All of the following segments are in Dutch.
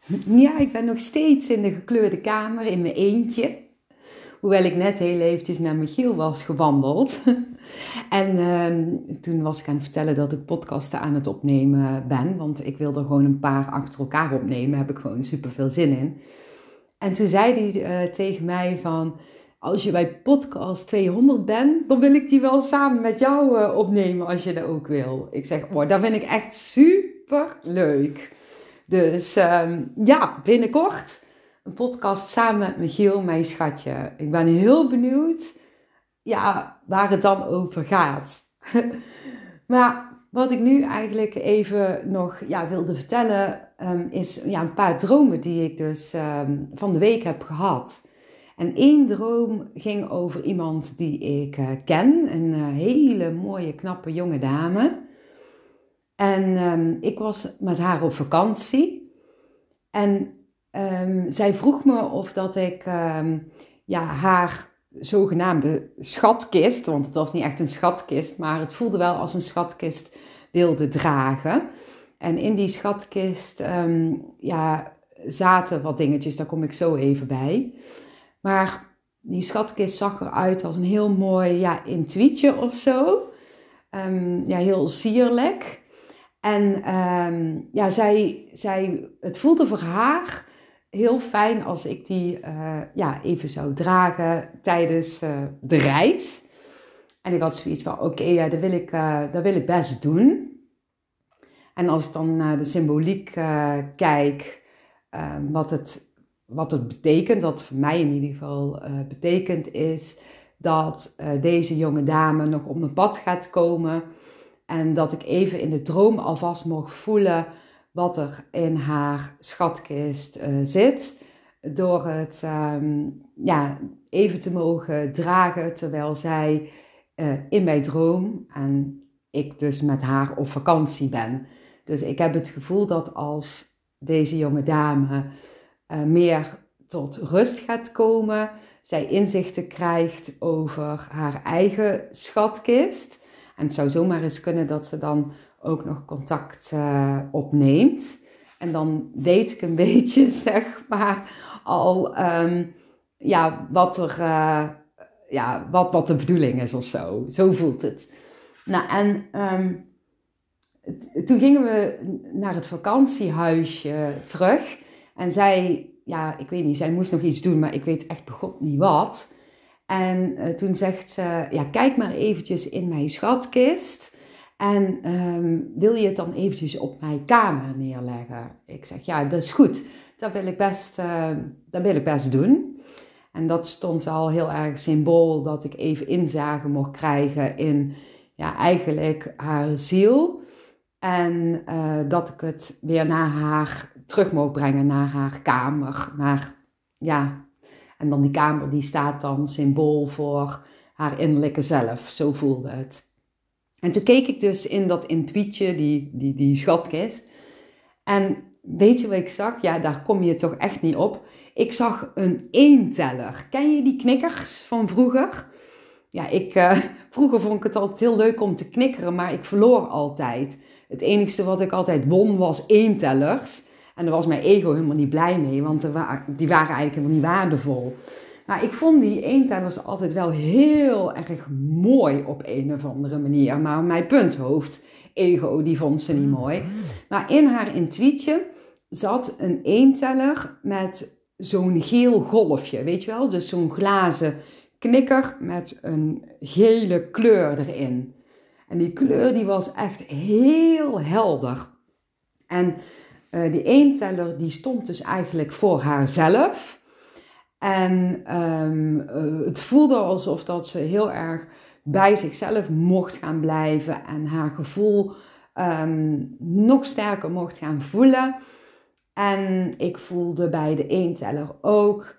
Ja, ik ben nog steeds in de gekleurde kamer in mijn eentje. Hoewel ik net heel eventjes naar Michiel was gewandeld. En toen was ik aan het vertellen dat ik podcasten aan het opnemen ben. Want ik wilde gewoon een paar achter elkaar opnemen. Daar heb ik gewoon super veel zin in. En toen zei hij tegen mij van... Als je bij podcast 200 bent, dan wil ik die wel samen met jou opnemen als je dat ook wil. Ik zeg, oh, dat vind ik echt super leuk. Dus ja, binnenkort een podcast samen met Michiel, mijn schatje. Ik ben heel benieuwd ja, waar het dan over gaat. Maar wat ik nu eigenlijk even nog wilde vertellen, is een paar dromen die ik dus van de week heb gehad. En één droom ging over iemand die ik ken, een hele mooie, knappe jonge dame. En ik was met haar op vakantie. En zij vroeg me of dat ik haar zogenaamde schatkist, want het was niet echt een schatkist, maar het voelde wel als een schatkist, wilde dragen. En in die schatkist zaten wat dingetjes, daar kom ik zo even bij. Maar die schatkist zag eruit als een heel mooi intuïtje of zo. Heel sierlijk. En het voelde voor haar heel fijn als ik die even zou dragen tijdens de reis. En ik had zoiets van, oké, dat wil ik best doen. En als ik dan naar de symboliek kijk, wat het betekent, wat voor mij in ieder geval betekent, is dat deze jonge dame nog op mijn pad gaat komen. En dat ik even in de droom alvast mocht voelen wat er in haar schatkist zit. Door het even te mogen dragen terwijl zij in mijn droom en ik dus met haar op vakantie ben. Dus ik heb het gevoel dat als deze jonge dame meer tot rust gaat komen, zij inzichten krijgt over haar eigen schatkist. En het zou zomaar eens kunnen dat ze dan ook nog contact opneemt. En dan weet ik een beetje, zeg maar, al wat de bedoeling is of zo. Zo voelt het. Nou, en toen gingen we naar het vakantiehuisje terug. En zij, ik weet niet, zij moest nog iets doen, maar ik weet echt begot niet wat. En toen zegt ze, kijk maar eventjes in mijn schatkist. En wil je het dan eventjes op mijn kamer neerleggen? Ik zeg, ja, dat is goed. Dat wil ik best doen. En dat stond al heel erg symbool dat ik even inzage mocht krijgen in eigenlijk haar ziel. En dat ik het weer naar haar terug mocht brengen, naar haar kamer. En dan die kamer die staat dan symbool voor haar innerlijke zelf. Zo voelde het. En toen keek ik dus in dat intuïtje, die schatkist. En weet je wat ik zag? Ja, daar kom je toch echt niet op. Ik zag een eenteller. Ken je die knikkers van vroeger? Ja, vroeger vond ik het altijd heel leuk om te knikkeren, maar ik verloor altijd. Het enigste wat ik altijd won was eentellers. En daar was mijn ego helemaal niet blij mee, want die waren eigenlijk helemaal niet waardevol. Maar ik vond die eentellers altijd wel heel erg mooi op een of andere manier. Maar mijn punthoofd, ego, die vond ze niet mooi. Maar in haar intuïtje zat een eenteller met zo'n geel golfje, weet je wel? Dus zo'n glazen knikker met een gele kleur erin. En die kleur die was echt heel helder. En die eenteller die stond dus eigenlijk voor haarzelf. En het voelde alsof dat ze heel erg bij zichzelf mocht gaan blijven. En haar gevoel nog sterker mocht gaan voelen. En ik voelde bij de eenteller ook,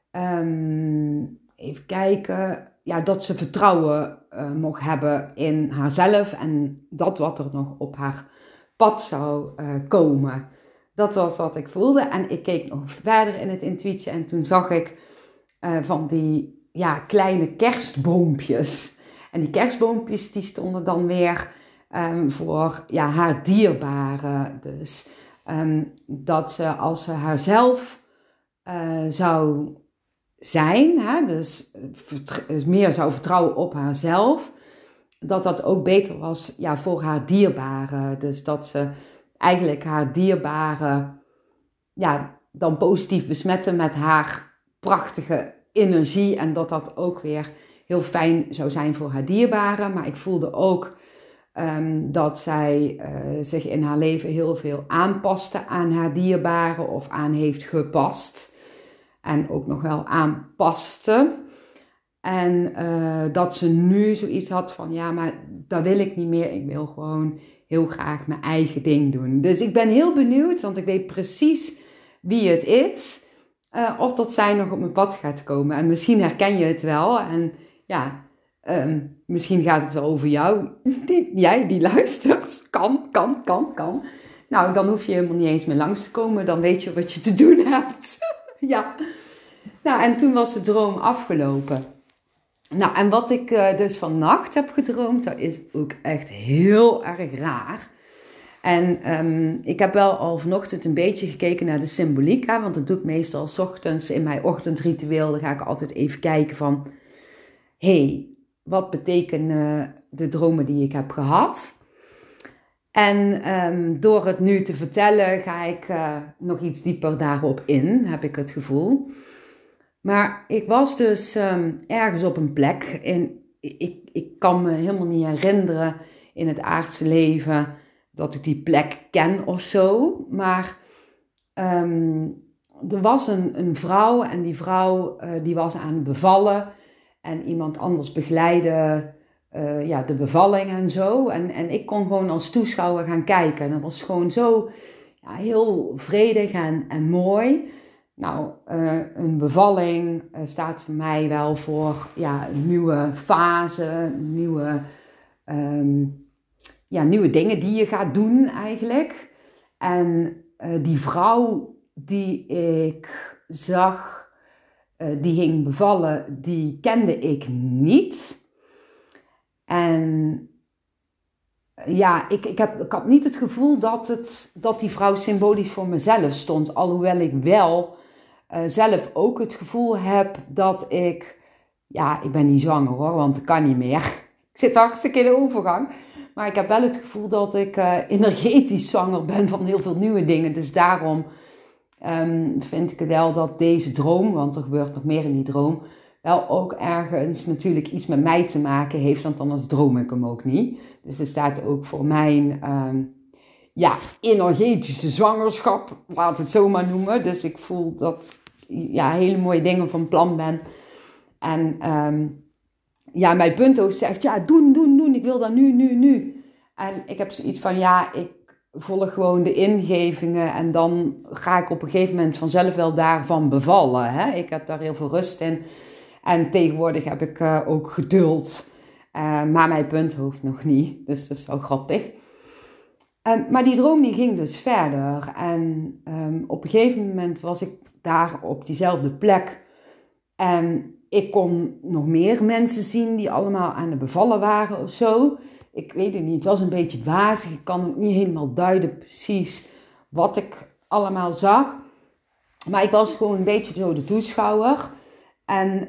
even kijken, dat ze vertrouwen mocht hebben in haarzelf. En dat wat er nog op haar pad zou komen. Dat was wat ik voelde. En ik keek nog verder in het intuïtje. En toen zag ik van die kleine kerstboompjes. En die kerstboompjes die stonden dan weer voor haar dierbare. Dus Dat ze als ze haarzelf zou zijn, hè, dus meer zou vertrouwen op haarzelf, dat ook beter was voor haar dierbaren. Dus dat ze eigenlijk haar dierbaren dan positief besmetten met haar prachtige energie. En dat ook weer heel fijn zou zijn voor haar dierbaren. Maar ik voelde ook dat zij zich in haar leven heel veel aanpaste aan haar dierbaren of aan heeft gepast. En ook nog wel aanpaste. En dat ze nu zoiets had van, maar dat wil ik niet meer. Ik wil gewoon heel graag mijn eigen ding doen. Dus ik ben heel benieuwd, want ik weet precies wie het is. Of dat zij nog op mijn pad gaat komen. En misschien herken je het wel. En misschien gaat het wel over jou. Jij die luistert. Kan. Nou, dan hoef je helemaal niet eens meer langs te komen. Dan weet je wat je te doen hebt. Ja. Nou, en toen was de droom afgelopen. Nou, en wat ik dus vannacht heb gedroomd, dat is ook echt heel erg raar. En ik heb wel al vanochtend een beetje gekeken naar de symboliek, want dat doe ik meestal 's ochtends in mijn ochtendritueel. Dan ga ik altijd even kijken van, wat betekenen de dromen die ik heb gehad? En door het nu te vertellen ga ik nog iets dieper daarop in, heb ik het gevoel. Maar ik was dus ergens op een plek en ik kan me helemaal niet herinneren in het aardse leven dat ik die plek ken of zo. Maar er was een vrouw en die vrouw die was aan het bevallen en iemand anders begeleidde de bevalling en zo. En ik kon gewoon als toeschouwer gaan kijken. En dat was gewoon zo heel vredig en mooi. Nou, een bevalling staat voor mij wel voor een nieuwe fase, nieuwe dingen die je gaat doen eigenlijk. En die vrouw die ik zag, die ging bevallen, die kende ik niet. En ik had niet het gevoel dat die vrouw symbolisch voor mezelf stond. Alhoewel ik wel zelf ook het gevoel heb dat ik ben niet zwanger hoor, want dat kan niet meer. Ik zit hartstikke in de overgang. Maar ik heb wel het gevoel dat ik energetisch zwanger ben van heel veel nieuwe dingen. Dus daarom vind ik het wel dat deze droom, want er gebeurt nog meer in die droom, wel ook ergens natuurlijk iets met mij te maken heeft, want anders droom ik hem ook niet. Dus er staat ook voor mijn energetische zwangerschap, laten we het zo maar noemen. Dus ik voel dat hele mooie dingen van plan ben. En mijn punthoofd zegt, doen, ik wil dat nu. En ik heb zoiets van, ik volg gewoon de ingevingen en dan ga ik op een gegeven moment vanzelf wel daarvan bevallen. Hè? Ik heb daar heel veel rust in. En tegenwoordig heb ik ook geduld. Maar mijn punthoofd nog niet. Dus dat is wel grappig. Maar die droom die ging dus verder. En op een gegeven moment was ik daar op diezelfde plek. En ik kon nog meer mensen zien die allemaal aan het bevallen waren of zo. Ik weet het niet, het was een beetje wazig. Ik kan ook niet helemaal duiden precies wat ik allemaal zag. Maar ik was gewoon een beetje zo de toeschouwer. En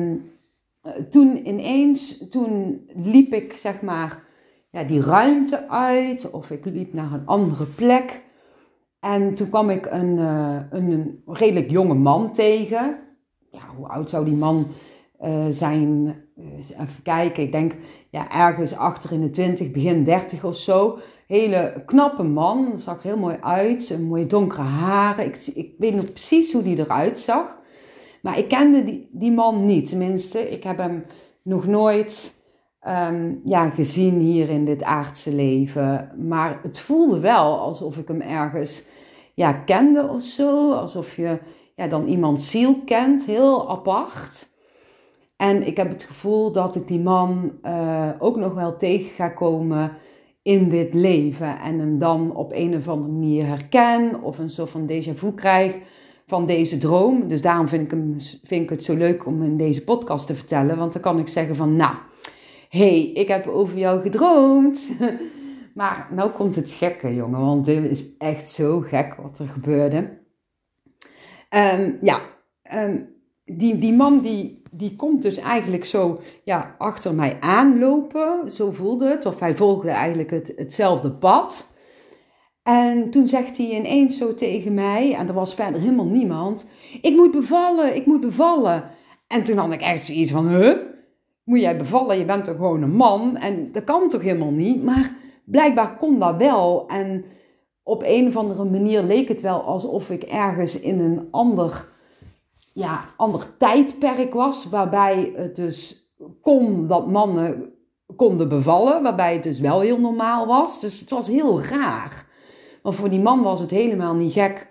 toen liep ik zeg maar die ruimte uit. Of ik liep naar een andere plek. En toen kwam ik een redelijk jonge man tegen. Ja, hoe oud zou die man zijn? Even kijken, ik denk ergens achter in de 20, begin 30 of zo. Hele knappe man, zag er heel mooi uit. Een mooie donkere haren. Ik weet nog precies hoe die eruit zag. Maar ik kende die man niet. Tenminste, ik heb hem nog nooit gezien hier in dit aardse leven. Maar het voelde wel alsof ik hem ergens kende of zo. Alsof je dan iemands ziel kent. Heel apart. En ik heb het gevoel dat ik die man ook nog wel tegen ga komen in dit leven. En hem dan op een of andere manier herken. Of een soort van déjà vu krijg van deze droom. Dus daarom vind ik het zo leuk om in deze podcast te vertellen. Want dan kan ik zeggen van ik heb over jou gedroomd. Maar nou komt het gekke, jongen, want dit is echt zo gek wat er gebeurde. Die man die komt dus eigenlijk zo achter mij aanlopen. Zo voelde het. Of hij volgde eigenlijk hetzelfde pad. En toen zegt hij ineens zo tegen mij. En er was verder helemaal niemand. Ik moet bevallen. En toen had ik echt zoiets van, moet jij bevallen? Je bent toch gewoon een man? En dat kan toch helemaal niet? Maar blijkbaar kon dat wel. En op een of andere manier leek het wel alsof ik ergens in een ander tijdperk was, waarbij het dus kon dat mannen konden bevallen, waarbij het dus wel heel normaal was. Dus het was heel raar. Want voor die man was het helemaal niet gek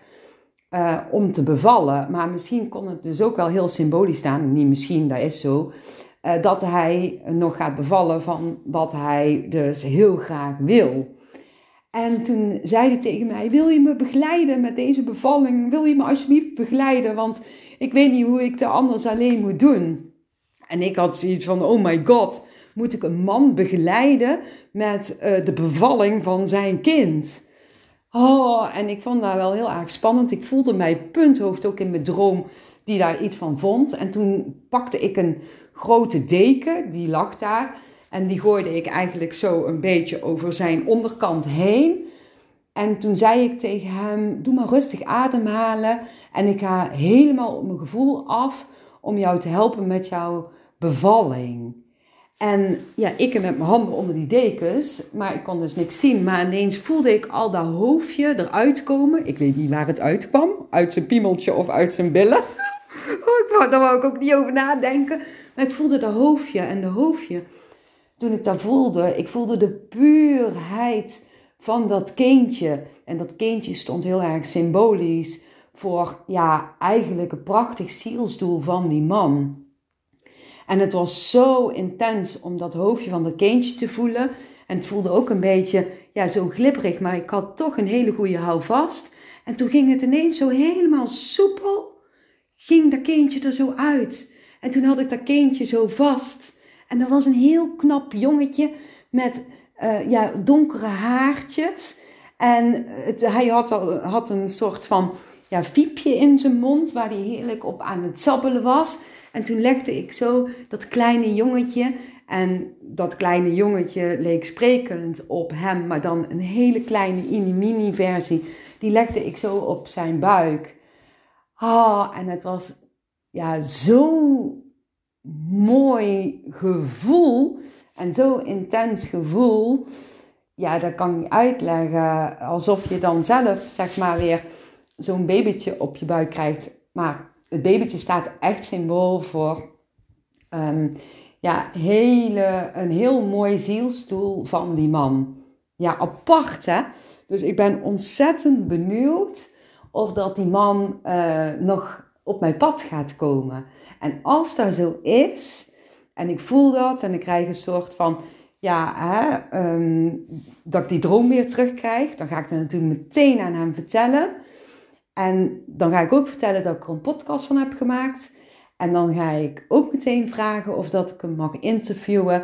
om te bevallen. Maar misschien kon het dus ook wel heel symbolisch staan, niet misschien, dat is zo, dat hij nog gaat bevallen van wat hij dus heel graag wil. En toen zei hij tegen mij, wil je me begeleiden met deze bevalling? Wil je me alsjeblieft begeleiden? Want ik weet niet hoe ik het anders alleen moet doen. En ik had zoiets van, oh my god, moet ik een man begeleiden met de bevalling van zijn kind? Oh, en ik vond dat wel heel erg spannend. Ik voelde mij punthoofd ook in mijn droom die daar iets van vond. En toen pakte ik een grote deken, die lag daar. En die gooide ik eigenlijk zo een beetje over zijn onderkant heen. En toen zei ik tegen hem, doe maar rustig ademhalen. En ik ga helemaal op mijn gevoel af om jou te helpen met jouw bevalling. En ik met mijn handen onder die dekens, maar ik kon dus niks zien. Maar ineens voelde ik al dat hoofdje eruit komen. Ik weet niet waar het uitkwam, uit zijn piemeltje of uit zijn billen. Daar wou ik ook niet over nadenken. Maar ik voelde dat hoofdje en de hoofdje. Toen ik dat voelde, ik voelde de puurheid van dat kindje. En dat kindje stond heel erg symbolisch voor eigenlijk een prachtig zielsdoel van die man. En het was zo intens om dat hoofdje van dat kindje te voelen. En het voelde ook een beetje zo glibberig, maar ik had toch een hele goede houvast. En toen ging het ineens zo helemaal soepel, ging dat kindje er zo uit. En toen had ik dat kindje zo vast. En er was een heel knap jongetje met donkere haartjes. En hij had een soort van fiepje in zijn mond waar hij heerlijk op aan het sabbelen was. En toen legde ik zo dat kleine jongetje. En dat kleine jongetje leek sprekend op hem, maar dan een hele kleine mini versie. Die legde ik zo op zijn buik. En het was zo mooi gevoel en zo intens gevoel. Dat kan ik niet uitleggen. Alsof je dan zelf zeg maar weer zo'n babytje op je buik krijgt. Maar het babytje staat echt symbool voor een heel mooi zielsdoel van die man. Ja, apart hè. Dus ik ben ontzettend benieuwd of dat die man nog op mijn pad gaat komen. En als dat zo is, en ik voel dat en ik krijg een soort van, dat ik die droom weer terugkrijg, dan ga ik dat natuurlijk meteen aan hem vertellen. En dan ga ik ook vertellen dat ik er een podcast van heb gemaakt. En dan ga ik ook meteen vragen of dat ik hem mag interviewen.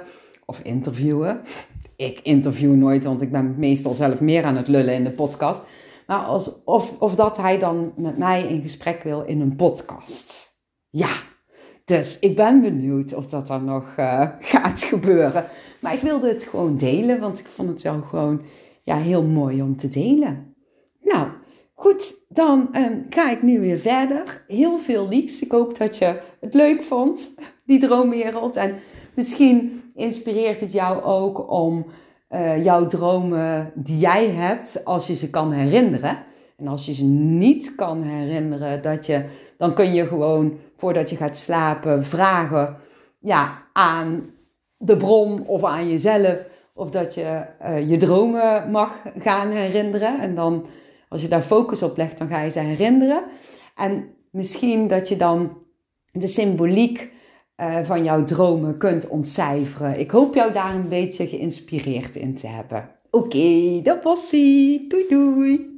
Ik interview nooit, want ik ben meestal zelf meer aan het lullen in de podcast. Maar of dat hij dan met mij in gesprek wil in een podcast. Ja, dus ik ben benieuwd of dat dan nog gaat gebeuren. Maar ik wilde het gewoon delen, want ik vond het wel gewoon heel mooi om te delen. Nou, goed, dan ga ik nu weer verder. Heel veel liefs. Ik hoop dat je het leuk vond, die droomwereld. En misschien inspireert het jou ook om jouw dromen die jij hebt, als je ze kan herinneren. En als je ze niet kan herinneren, dan kun je gewoon, voordat je gaat slapen, vragen aan de bron of aan jezelf. Of dat je je dromen mag gaan herinneren. En dan, als je daar focus op legt, dan ga je ze herinneren. En misschien dat je dan de symboliek van jouw dromen kunt ontcijferen. Ik hoop jou daar een beetje geïnspireerd in te hebben. Oké, dat was ie. Doei doei.